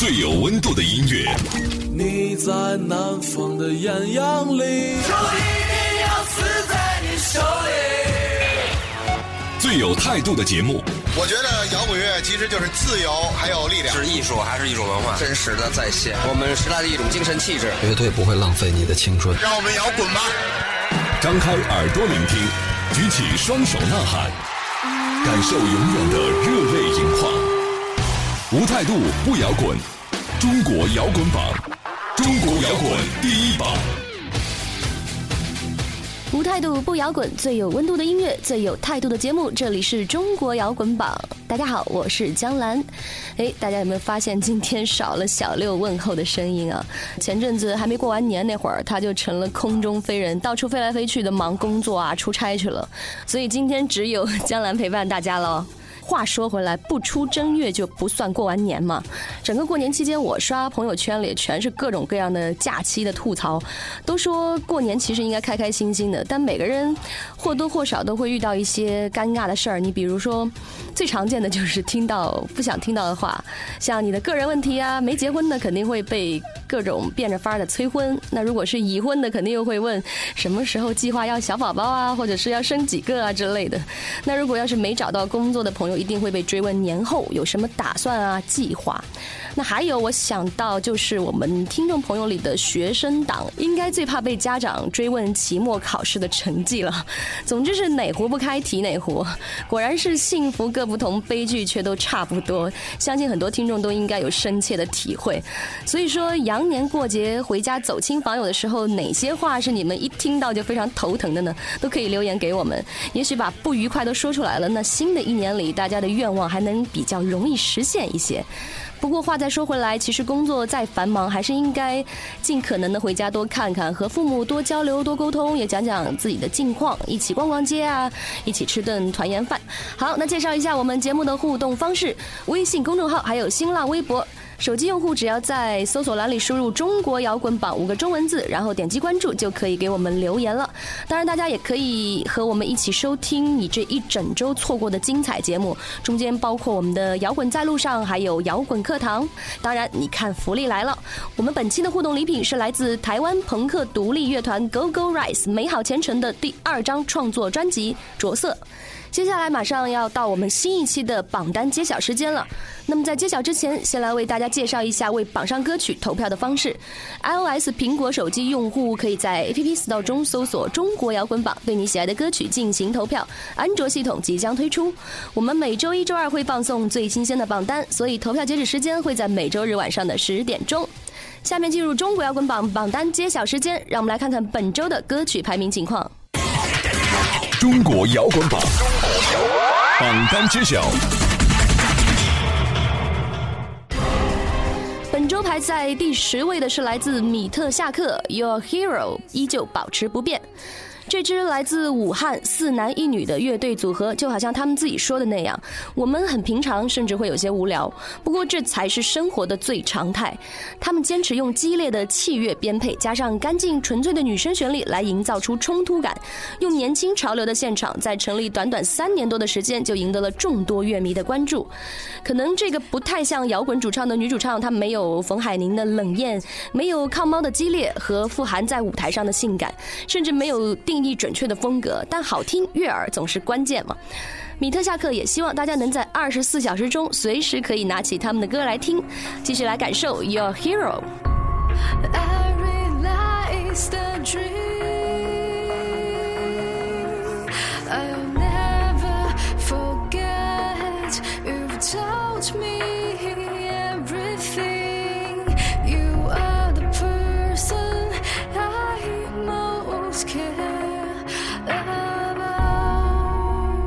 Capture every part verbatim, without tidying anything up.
最有温度的音乐。 你在南方的艳阳里，就一定要死在你手里。 最有态度的节目。 我觉得摇滚乐其实就是自由还有力量， 是艺术还是一种文化，真实的再现我们时代的一种精神气质， 绝对不会浪费你的青春。 让我们摇滚吧！ 张开耳朵聆听，举起双手呐喊，感受永远的热泪盈眶。无态度不摇滚，中国摇滚榜，中国摇滚第一榜。 无态度不摇滚，最有温度的音乐，最有态度的节目，这里是中国摇滚榜。大家好，我是江兰。哎，大家有没有发现今天少了小六问候的声音啊？前阵子还没过完年那会儿，他就成了空中飞人，到处飞来飞去的忙工作啊，出差去了。所以今天只有江兰陪伴大家了。话说回来，不出正月就不算过完年嘛。整个过年期间，我刷朋友圈里全是各种各样的假期的吐槽，都说过年其实应该开开心心的，但每个人或多或少都会遇到一些尴尬的事儿。你比如说，最常见的就是听到不想听到的话，像你的个人问题啊，没结婚的肯定会被各种变着法儿的催婚，那如果是已婚的，肯定又会问什么时候计划要小宝宝啊，或者是要生几个啊之类的。那如果要是没找到工作的朋友，一定会被追问年后有什么打算啊计划。那还有我想到就是我们听众朋友里的学生党，应该最怕被家长追问期末考试的成绩了。总之是哪壶不开提哪壶，果然是幸福各不同，悲剧却都差不多，相信很多听众都应该有深切的体会。所以说羊年过节回家走亲访友的时候，哪些话是你们一听到就非常头疼的呢？都可以留言给我们，也许把不愉快都说出来了，那新的一年里大家的愿望还能比较容易实现一些。不过话再说回来，其实工作再繁忙，还是应该尽可能的回家多看看，和父母多交流多沟通，也讲讲自己的近况，一起逛逛街啊，一起吃顿团圆饭。好，那介绍一下我们节目的互动方式，微信公众号还有新浪微博。手机用户只要在搜索栏里输入中国摇滚榜五个中文字，然后点击关注，就可以给我们留言了。当然大家也可以和我们一起收听你这一整周错过的精彩节目，中间包括我们的摇滚在路上，还有摇滚课堂。当然你看福利来了，我们本期的互动礼品是来自台湾朋克独立乐团 Go Go Rise 美好前程的第二张创作专辑着色。接下来马上要到我们新一期的榜单揭晓时间了。那么在揭晓之前，先来为大家介绍一下为榜上歌曲投票的方式。iOS 苹果手机用户可以在 App Store 中搜索中国摇滚榜，对你喜爱的歌曲进行投票。安卓系统即将推出，我们每周一周二会放送最新鲜的榜单，所以投票截止时间会在每周日晚上的十点钟。下面进入中国摇滚榜榜单揭晓时间，让我们来看看本周的歌曲排名情况。 中国摇滚榜榜单揭晓。 本周排在第十位的是来自米特夏克 Your Hero， 依旧保持不变。这支来自武汉四男一女的乐队组合，就好像他们自己说的那样，我们很平常，甚至会有些无聊，不过这才是生活的最常态。他们坚持用激烈的器乐编配，加上干净纯粹的女声旋律来营造出冲突感，用年轻潮流的现场，在成立短短三年多的时间就赢得了众多乐迷的关注。可能这个不太像摇滚主唱的女主唱，她没有冯海宁的冷艳，没有抗猫的激烈和傅涵在舞台上的性感，甚至没有定义准确的风格，但好听悦耳总是关键嘛。米特夏克也希望大家能在二十四小时中随時可以拿起他们的歌来听，继续来感受 Your Hero。 I realize the dream I'll never forget. You've told me everything. You are the person I most care about.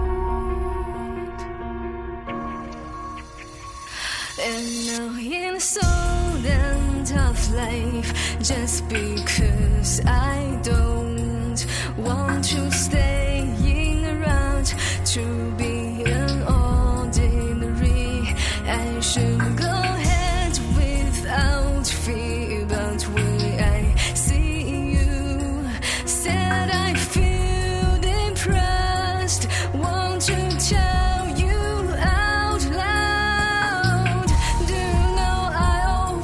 And now in a solent of life, just because I don't want to staying around to be an ordinary, I should go ahead without fear. But when I see you, said I feel depressed, want to tell you out loud. Do you know I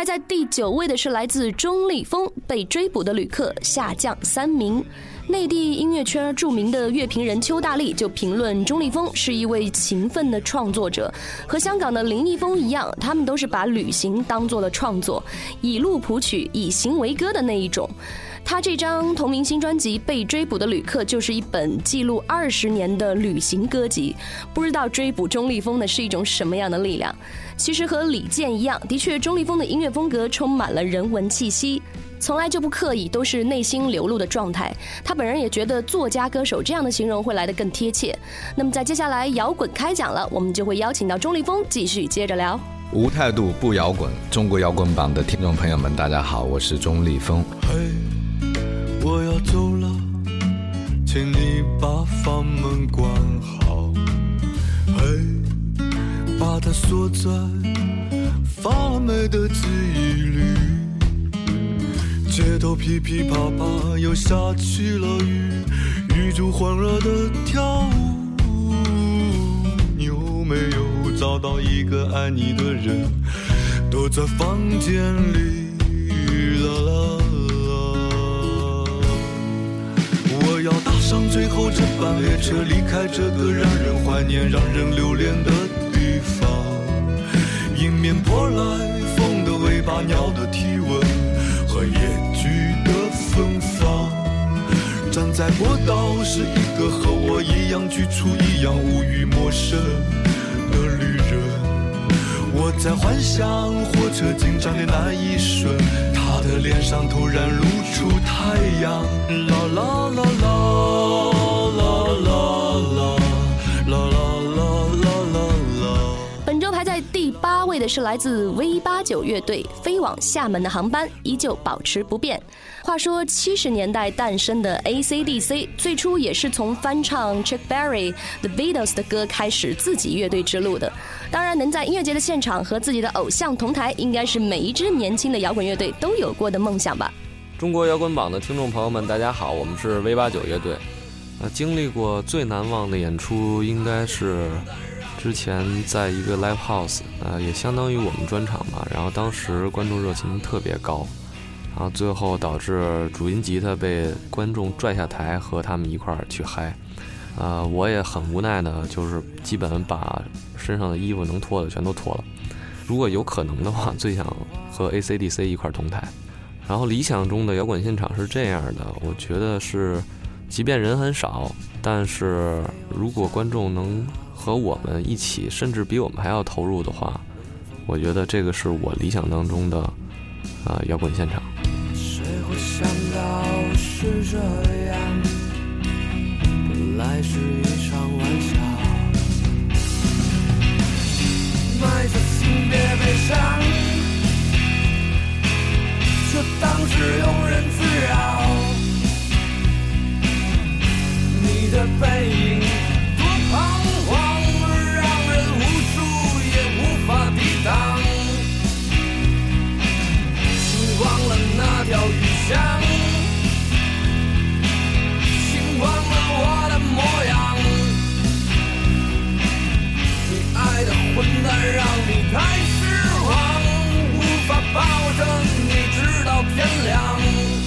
排在第九位的是来自钟立风，被追捕的旅客下降三名。内地音乐圈著名的乐评人邱大力就评论钟立风是一位勤奋的创作者，和香港的林一峰一样，他们都是把旅行当作了创作，以路谱曲，以行为歌的那一种。他这张同名新专辑《被追捕的旅客》就是一本记录二十年的旅行歌集。不知道追捕钟立风的是一种什么样的力量？其实和李健一样，的确钟立风的音乐风格充满了人文气息，从来就不刻意，都是内心流露的状态。他本人也觉得作家歌手这样的形容会来得更贴切。那么在接下来摇滚开讲了，我们就会邀请到钟立风继续接着聊。 无态度不摇滚，中国摇滚榜的听众朋友们大家好，我是钟立风。 嘿，我要走了，请你把房门关好。嘿，把它锁在发霉的记忆里。街头噼噼啪啪又下起了雨，雨珠欢热的跳舞。你有没有找到一个爱你的人？都在房间里，啦啦啦。我要搭上最后这班列车，离开这个让人怀念、让人留恋的地方。迎面扑来风的尾巴、鸟的体温和野菊的芬芳。站在坡道是一个和我一样局促、一样无语、陌生的旅人。我在幻想火车进站的那一瞬，他的脸上突然露出太阳。啦啦啦啦啦啦啦啦啦啦啦啦。 本周排在第八位的是来自 V 八九 乐队，飞往厦门的航班依旧保持不变。话说七十年代诞生的 A C D C 最初也是从翻唱 Chuck Berry、The Beatles 的歌开始自己乐队之路的。当然能在音乐节的现场和自己的偶像同台，应该是每一支年轻的摇滚乐队都有过的梦想吧。 中国摇滚榜的听众朋友们大家好，我们是 V 八九 乐队。呃，经历过最难忘的演出应该是之前在一个 live house， 呃，也相当于我们专场吧，然后当时观众热情特别高，然后最后导致主音吉他被观众拽下台和他们一块儿去嗨。呃，我也很无奈的，就是基本把身上的衣服能脱的全都脱了。如果有可能的话，最想和 A C D C 一块同台。然后理想中的摇滚现场是这样的，我觉得是，即便人很少，但是如果观众能和我们一起，甚至比我们还要投入的话，我觉得这个是我理想当中的啊、呃、摇滚现场。 谁会想到是这样？本来是一场玩笑，埋着性别悲伤，却当是庸人自扰。你的背影多彷徨，让人无助也无法抵挡。请忘了那条雨巷，请忘了我的模样。你爱的混蛋让你太失望，无法保证你直到天亮。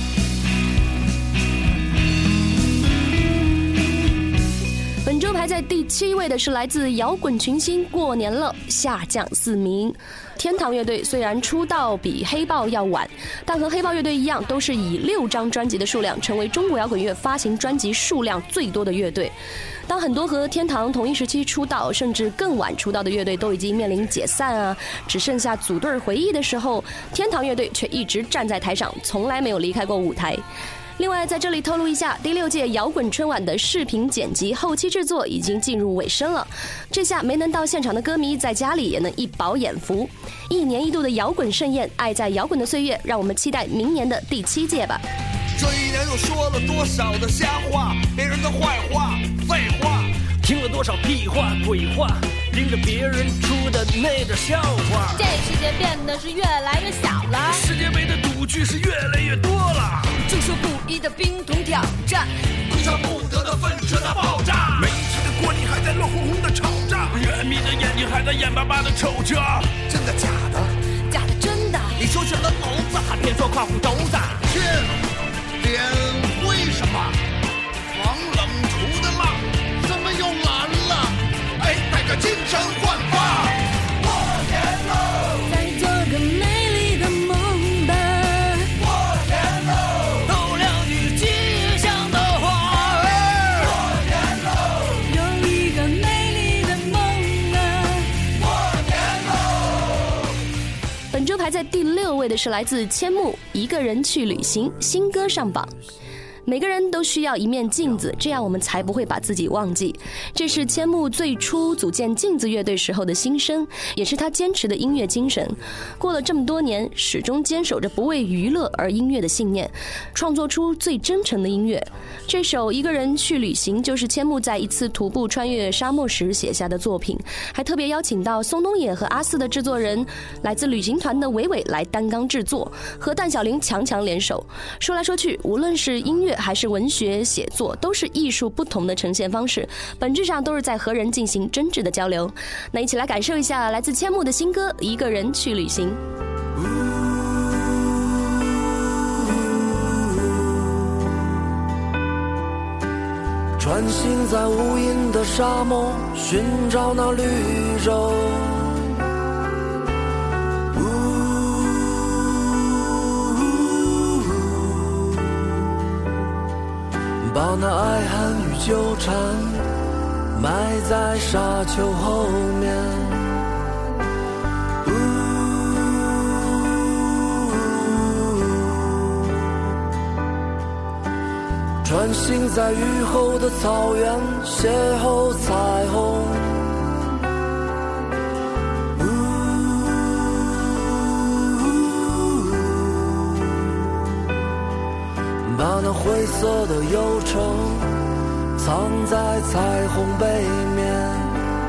本周排在第七位的是来自摇滚群星过年了，下降四名。天堂乐队虽然出道比黑豹要晚，但和黑豹乐队一样，都是以六张专辑的数量成为中国摇滚乐发行专辑数量最多的乐队。当很多和天堂同一时期出道甚至更晚出道的乐队都已经面临解散啊，只剩下组队回忆的时候，天堂乐队却一直站在台上，从来没有离开过舞台。另外在这里透露一下，第六届摇滚春晚的视频剪辑后期制作已经进入尾声了，这下没能到现场的歌迷在家里也能一饱眼福。一年一度的摇滚盛宴，爱在摇滚的岁月，让我们期待明年的第七届吧。 这一年又说了多少的瞎话，别人的坏话废话， 听了多少屁话鬼话，听着别人出的那点笑话。 这世界变得是越来越小了， 世界杯的赌具是越来越多了， 众说不一的冰桶挑战， 哭笑不得的粪车大爆炸， 没气的锅里还在热烘烘的炒炸，圆眯的眼睛还在眼巴巴的瞅着。 真的假的？ 假的真的？ 你说是天说跨湖轴子。 天，脸为什么？防冷除的辣，怎么又蓝了？哎，带个精神焕发。 过年喽！再做个美丽的梦吧。 过年喽！ 透亮与吉祥的花儿。 过年喽！ 有一个美丽的梦啊。 过年喽！ 本周排在第六位的是来自千木《一个人去旅行》新歌上榜。每个人都需要一面镜子，这样我们才不会把自己忘记。这是千木最初组建镜子乐队时候的心声，也是他坚持的音乐精神。过了这么多年，始终坚守着不为娱乐而音乐的信念，创作出最真诚的音乐。这首《一个人去旅行》就是千木在一次徒步穿越沙漠时写下的作品，还特别邀请到松东野和阿四的制作人，来自旅行团的伟伟来担纲制作，和蛋小玲强强联手。说来说去，无论是音乐还是文学写作，都是艺术不同的呈现方式，本质上都是在和人进行真挚的交流。那一起来感受一下来自千木的新歌《一个人去旅行》。 穿行在无垠的沙漠，寻找那绿洲。把那爱恨与纠缠埋在沙丘后面。穿行在雨后的草原，邂逅彩虹。把那灰色的忧愁藏在彩虹背面。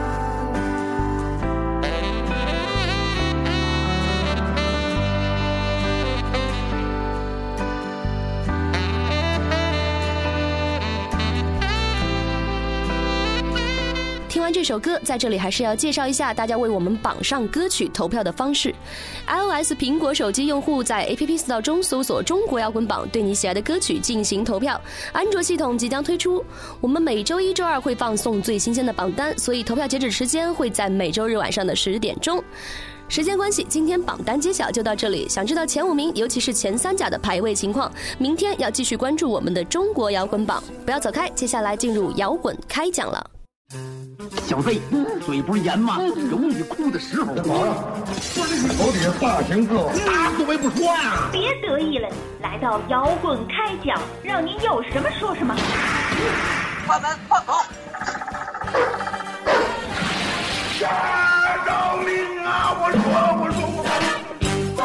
听完这首歌，在这里还是要介绍一下大家为我们榜上歌曲投票的方式。iOS 苹果手机用户在 A P P Store 中搜索中国摇滚榜，对你喜爱的歌曲进行投票。安卓系统即将推出，我们每周一周二会放送最新鲜的榜单，所以投票截止时间会在每周日晚上的十点钟。时间关系，今天榜单揭晓就到这里。想知道前五名，尤其是前三甲的排位情况，明天要继续关注我们的中国摇滚榜。不要走开，接下来进入摇滚开讲了。 小子，嘴不是严吗？有你哭的时候。干嘛呀？我这是头顶大型字，打死我也不说呀！ 别得意了，来到摇滚开讲，让您有什么说什么。 快门放好。呀！饶命啊！我说，我说，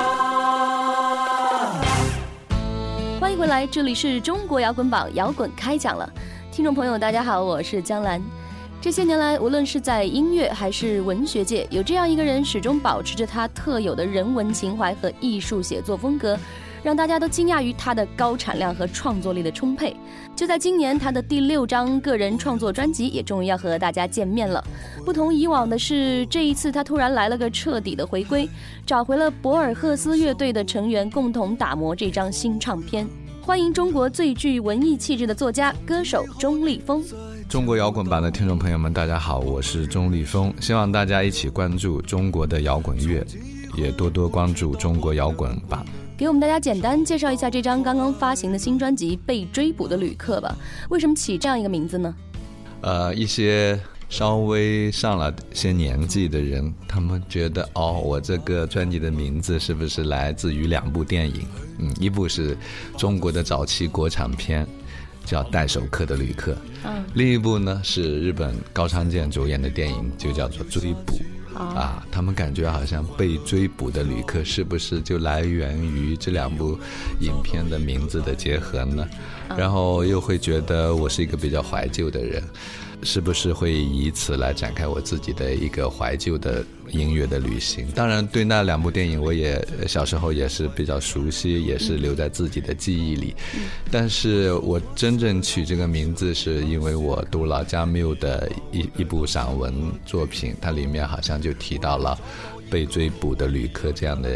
我。欢迎回来，这里是中国摇滚榜，摇滚开讲了。听众朋友，大家好，我是江兰。这些年来，无论是在音乐还是文学界，有这样一个人始终保持着他特有的人文情怀和艺术写作风格，让大家都惊讶于他的高产量和创作力的充沛。就在今年，他的第六张个人创作专辑也终于要和大家见面了。不同以往的是，这一次他突然来了个彻底的回归，找回了博尔赫斯乐队的成员共同打磨这张新唱片。欢迎中国最具文艺气质的作家歌手钟立风。 中国摇滚榜的听众朋友们，大家好，我是钟立风，希望大家一起关注中国的摇滚乐，也多多关注中国摇滚榜。 给我们大家简单介绍一下这张刚刚发行的新专辑《被追捕的旅客》吧。为什么起这样一个名字呢？ 呃，一些稍微上了些年纪的人，他们觉得哦，我这个专辑的名字是不是来自于两部电影？嗯，一部是中国的早期国产片，叫《带手客的旅客》，嗯，另一部呢是日本高仓健主演的电影，就叫做《追捕》。啊，他们感觉好像被追捕的旅客是不是就来源于这两部影片的名字的结合呢？然后又会觉得我是一个比较怀旧的人，是不是会以此来展开我自己的一个怀旧的音乐的旅行？当然对那两部电影我也小时候也是比较熟悉，也是留在自己的记忆里，但是我真正取这个名字是因为我读了加缪的一一部散文作品，它里面好像就提到了被追捕的旅客这样的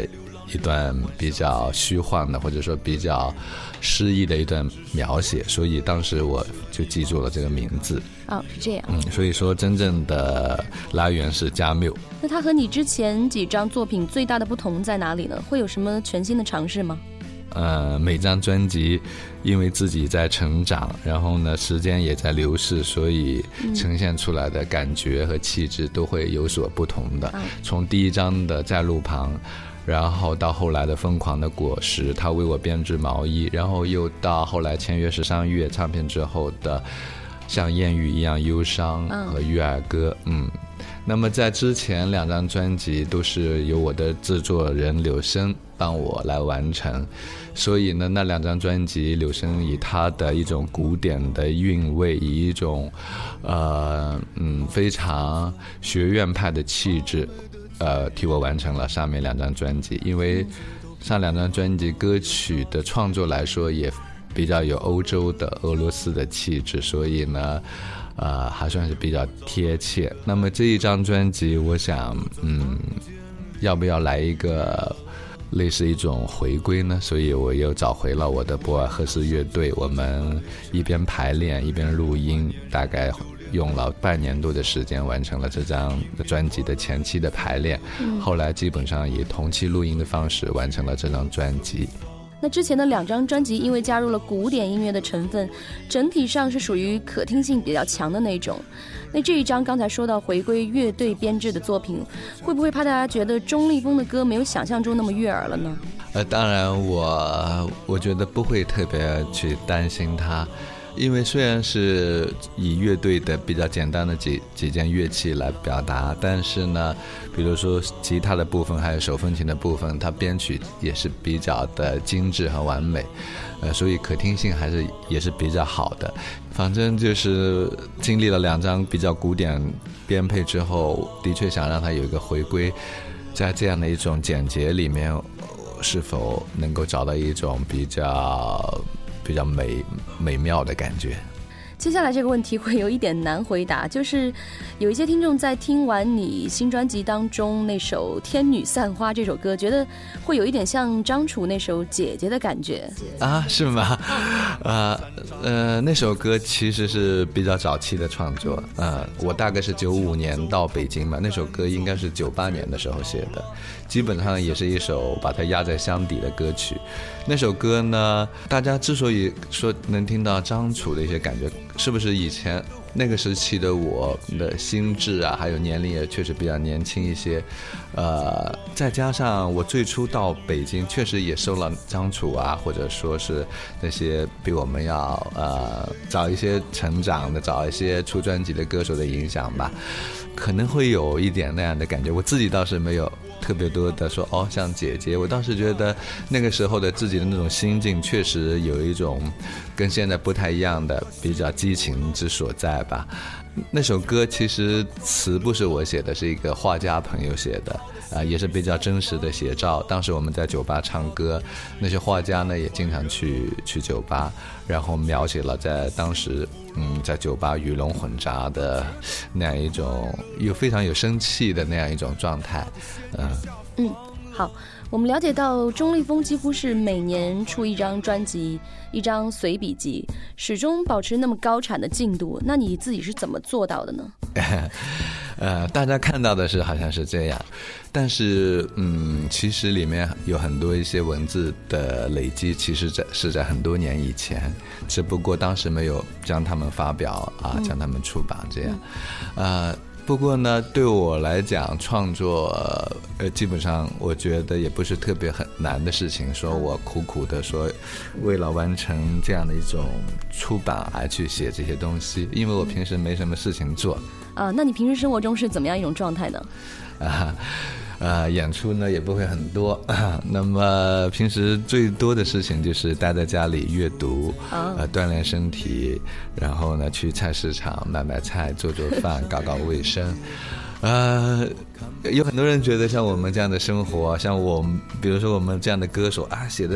一段比较虚幻的或者说比较诗意的一段描写，所以当时我就记住了这个名字。 哦，是这样。 嗯，所以说真正的来源是加缪。 那它和你之前几张作品最大的不同在哪里呢？会有什么全新的尝试吗？ 呃，每张专辑因为自己在成长，然后呢时间也在流逝，所以呈现出来的感觉和气质都会有所不同的。从第一张的在路旁，然后到后来的疯狂的果实，他为我编织毛衣，然后又到后来签约时尚乐唱片之后的像艳遇一样忧伤和悦耳歌。嗯，那么在之前两张专辑都是由我的制作人柳生帮我来完成，所以呢那两张专辑柳生以他的一种古典的韵味，以一种呃嗯非常学院派的气质呃替我完成了上面两张专辑。因为上两张专辑歌曲的创作来说也比较有欧洲的俄罗斯的气质，所以呢呃还算是比较贴切。那么这一张专辑我想嗯要不要来一个类似一种回归呢？所以我又找回了我的博尔赫斯乐队，我们一边排练一边录音，大概用了半年多的时间完成了这张专辑的前期的排练、嗯、后来基本上以同期录音的方式完成了这张专辑。 那之前的两张专辑因为加入了古典音乐的成分，整体上是属于可听性比较强的那种。那这一张刚才说到回归乐队编制的作品，会不会怕大家觉得钟立风的歌没有想象中那么悦耳了呢？ 呃，当然我我觉得不会特别去担心它，因为虽然是以乐队的比较简单的几几件乐器来表达，但是呢比如说吉他的部分还有手风琴的部分，它编曲也是比较的精致和完美，呃，所以可听性还是也是比较好的。反正就是经历了两张比较古典编配之后，的确想让它有一个回归，在这样的一种简洁里面是否能够找到一种比较比较美美妙的感觉。 接下来这个问题会有一点难回答，就是有一些听众在听完你新专辑当中那首《天女散花》这首歌，觉得会有一点像张楚那首《姐姐》的感觉啊？是吗？呃呃，那首歌其实是比较早期的创作，呃，我大概是九五年到北京嘛，那首歌应该是九八年的时候写的，基本上也是一首把它压在箱底的歌曲。那首歌呢，大家之所以说能听到张楚的一些感觉，是不是以前那个时期的我的心智啊，还有年龄也确实比较年轻一些，呃，再加上我最初到北京确实也受了张楚啊，或者说是那些比我们要呃早一些成长的、早一些出专辑的歌手的影响吧，可能会有一点那样的感觉。我自己倒是没有特别多的说哦像姐姐，我倒是觉得那个时候的自己的那种心境确实有一种跟现在不太一样的比较激情之所在吧。那首歌其实词不是我写的，是一个画家朋友写的，呃，也是比较真实的写照。当时我们在酒吧唱歌，那些画家呢也经常去去酒吧，然后描写了在当时嗯在酒吧鱼龙混杂的那样一种又非常有生气的那样一种状态。嗯嗯，好，我们了解到钟立风几乎是每年出一张专辑，一张随笔集，始终保持那么高产的进度，那你自己是怎么做到的呢？ 呃，大家看到的是好像是这样，但是嗯，其实里面有很多一些文字的累积，其实在是在很多年以前，只不过当时没有将它们发表啊，将它们出版这样，呃。不过呢，对我来讲，创作呃，基本上我觉得也不是特别很难的事情。说我苦苦的说，为了完成这样的一种出版而去写这些东西，因为我平时没什么事情做。 啊，那你平时生活中是怎么样一种状态呢？ 啊。呃，演出呢也不会很多，那么平时最多的事情就是待在家里阅读，呃，锻炼身体，然后呢去菜市场买买菜，做做饭，搞搞卫生。呃，有很多人觉得像我们这样的生活，像我们，比如说我们这样的歌手啊，写的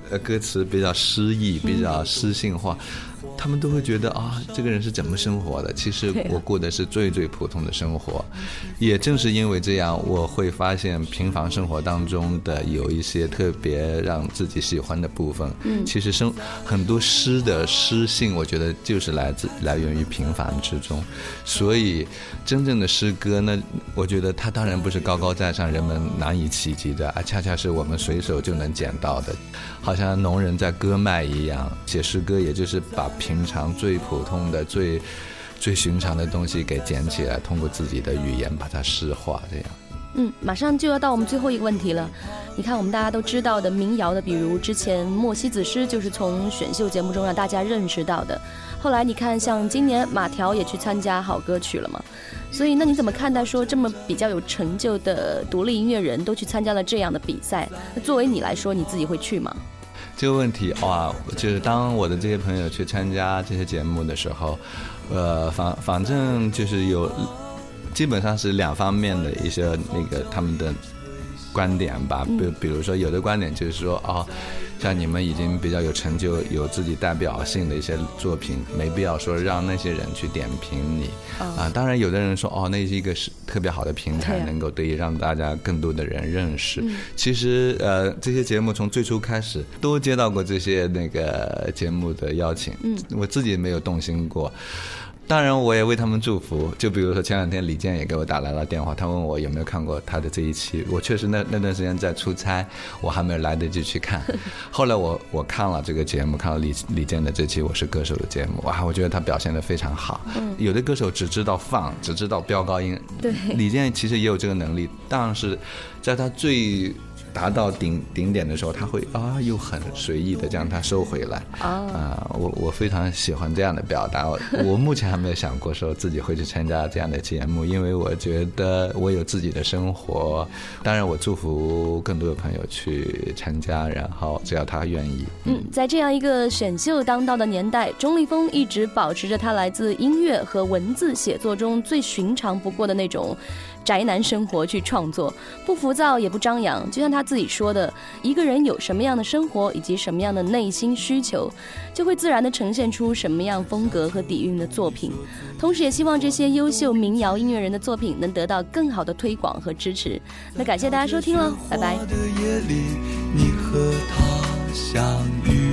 呃歌词比较诗意、比较诗性化，他们都会觉得啊，这个人是怎么生活的？其实我过的是最最普通的生活。也正是因为这样，我会发现平凡生活当中的有一些特别让自己喜欢的部分。嗯，其实生很多诗的诗性，我觉得就是来自来源于平凡之中。所以，真正的诗歌呢，我觉得它当然不是高高在上、人们难以企及的，而恰恰是我们随手就能捡到的，好像农人在割麦一样。写诗歌，也就是把平常最普通的、最最寻常的东西给捡起来，通过自己的语言把它诗化，这样。 嗯，马上就要到我们最后一个问题了。你看，我们大家都知道的民谣的，比如之前莫西子诗就是从选秀节目中让大家认识到的。后来你看，像今年马条也去参加好歌曲了嘛。所以，那你怎么看待说这么比较有成就的独立音乐人都去参加了这样的比赛？那作为你来说，你自己会去吗？ 这个问题哇，就是当我的这些朋友去参加这些节目的时候，呃，反反正就是有，基本上是两方面的一些那个他们的观点吧。比比如说，有的观点就是说，哦，像你们已经比较有成就、有自己代表性的一些作品，没必要说让那些人去点评你。啊，当然有的人说，哦，那是一个是特别好的平台，能够得以让大家更多的人认识。嗯、其实，呃，这些节目从最初开始都接到过这些那个节目的邀请，嗯，我自己没有动心过。当然我也为他们祝福，就比如说前两天李健也给我打来了电话，他问我有没有看过他的这一期，我确实那那段时间在出差，我还没有来得及去看。后来我我看了这个节目，看了李李健的这期《我是歌手》的节目，哇，我觉得他表现得非常好。嗯，有的歌手只知道放，只知道飙高音，对，李健其实也有这个能力，但是在他最达到顶顶点的时候，他会啊又很随意的将它收回来。啊、呃，我我非常喜欢这样的表达。我, 我目前还没有想过说自己会去参加这样的节目，因为我觉得我有自己的生活。当然，我祝福更多的朋友去参加，然后只要他愿意。 嗯，在这样一个选秀当道的年代，钟立风一直保持着他来自音乐和文字写作中最寻常不过的那种宅男生活去创作，不浮躁也不张扬，就像他自己说的，一个人有什么样的生活以及什么样的内心需求，就会自然地呈现出什么样风格和底蕴的作品。同时也希望这些优秀民谣音乐人的作品能得到更好的推广和支持。那感谢大家收听了，拜拜。 你和他相遇，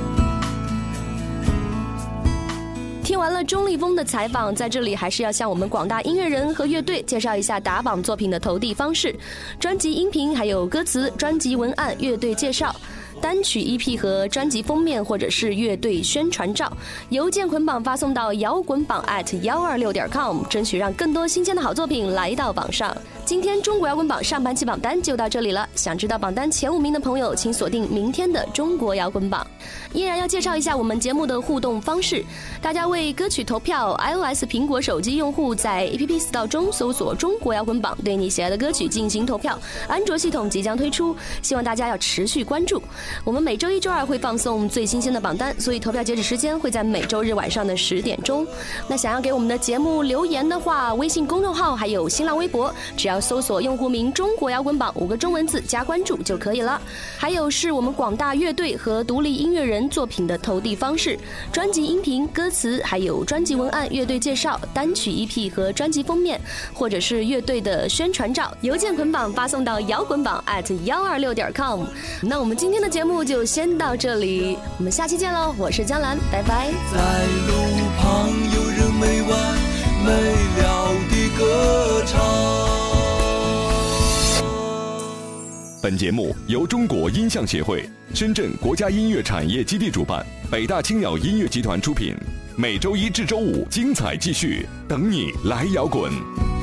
听完了钟立风的采访，在这里还是要向我们广大音乐人和乐队介绍一下打榜作品的投递方式：专辑音频、还有歌词、专辑文案、乐队介绍、单曲 E P 和专辑封面或者是乐队宣传照，邮件捆绑发送到摇滚榜 at 一二六点 com， 争取让更多新鲜的好作品来到榜上。今天中国摇滚榜上半期榜单就到这里了，想知道榜单前五名的朋友，请锁定明天的中国摇滚榜。依然要介绍一下我们节目的互动方式，大家为歌曲投票 iOS 苹果手机用户在 App Store 中搜索中国摇滚榜，对你喜爱的歌曲进行投票。安卓系统即将推出，希望大家要持续关注。我们每周一周二会放送最新鲜的榜单，所以投票截止时间会在每周日晚上的十点钟。那想要给我们的节目留言的话，微信公众号还有新浪微博，只要搜索用户名中国摇滚榜五个中文字加关注就可以了。还有是我们广大乐队和独立音乐人作品的投递方式：专辑音频、歌词，还有专辑文案、乐队介绍、单曲 E P 和专辑封面，或者是乐队的宣传照，邮件捆绑发送到摇滚榜 at 一二六点 com。那我们今天的节目就先到这里，我们下期见喽！我是江兰，拜拜。 在路旁有人没完没了的歌唱。 本节目由中国音像协会、深圳国家音乐产业基地主办，北大青鸟音乐集团出品。每周一至周五精彩继续，等你来摇滚。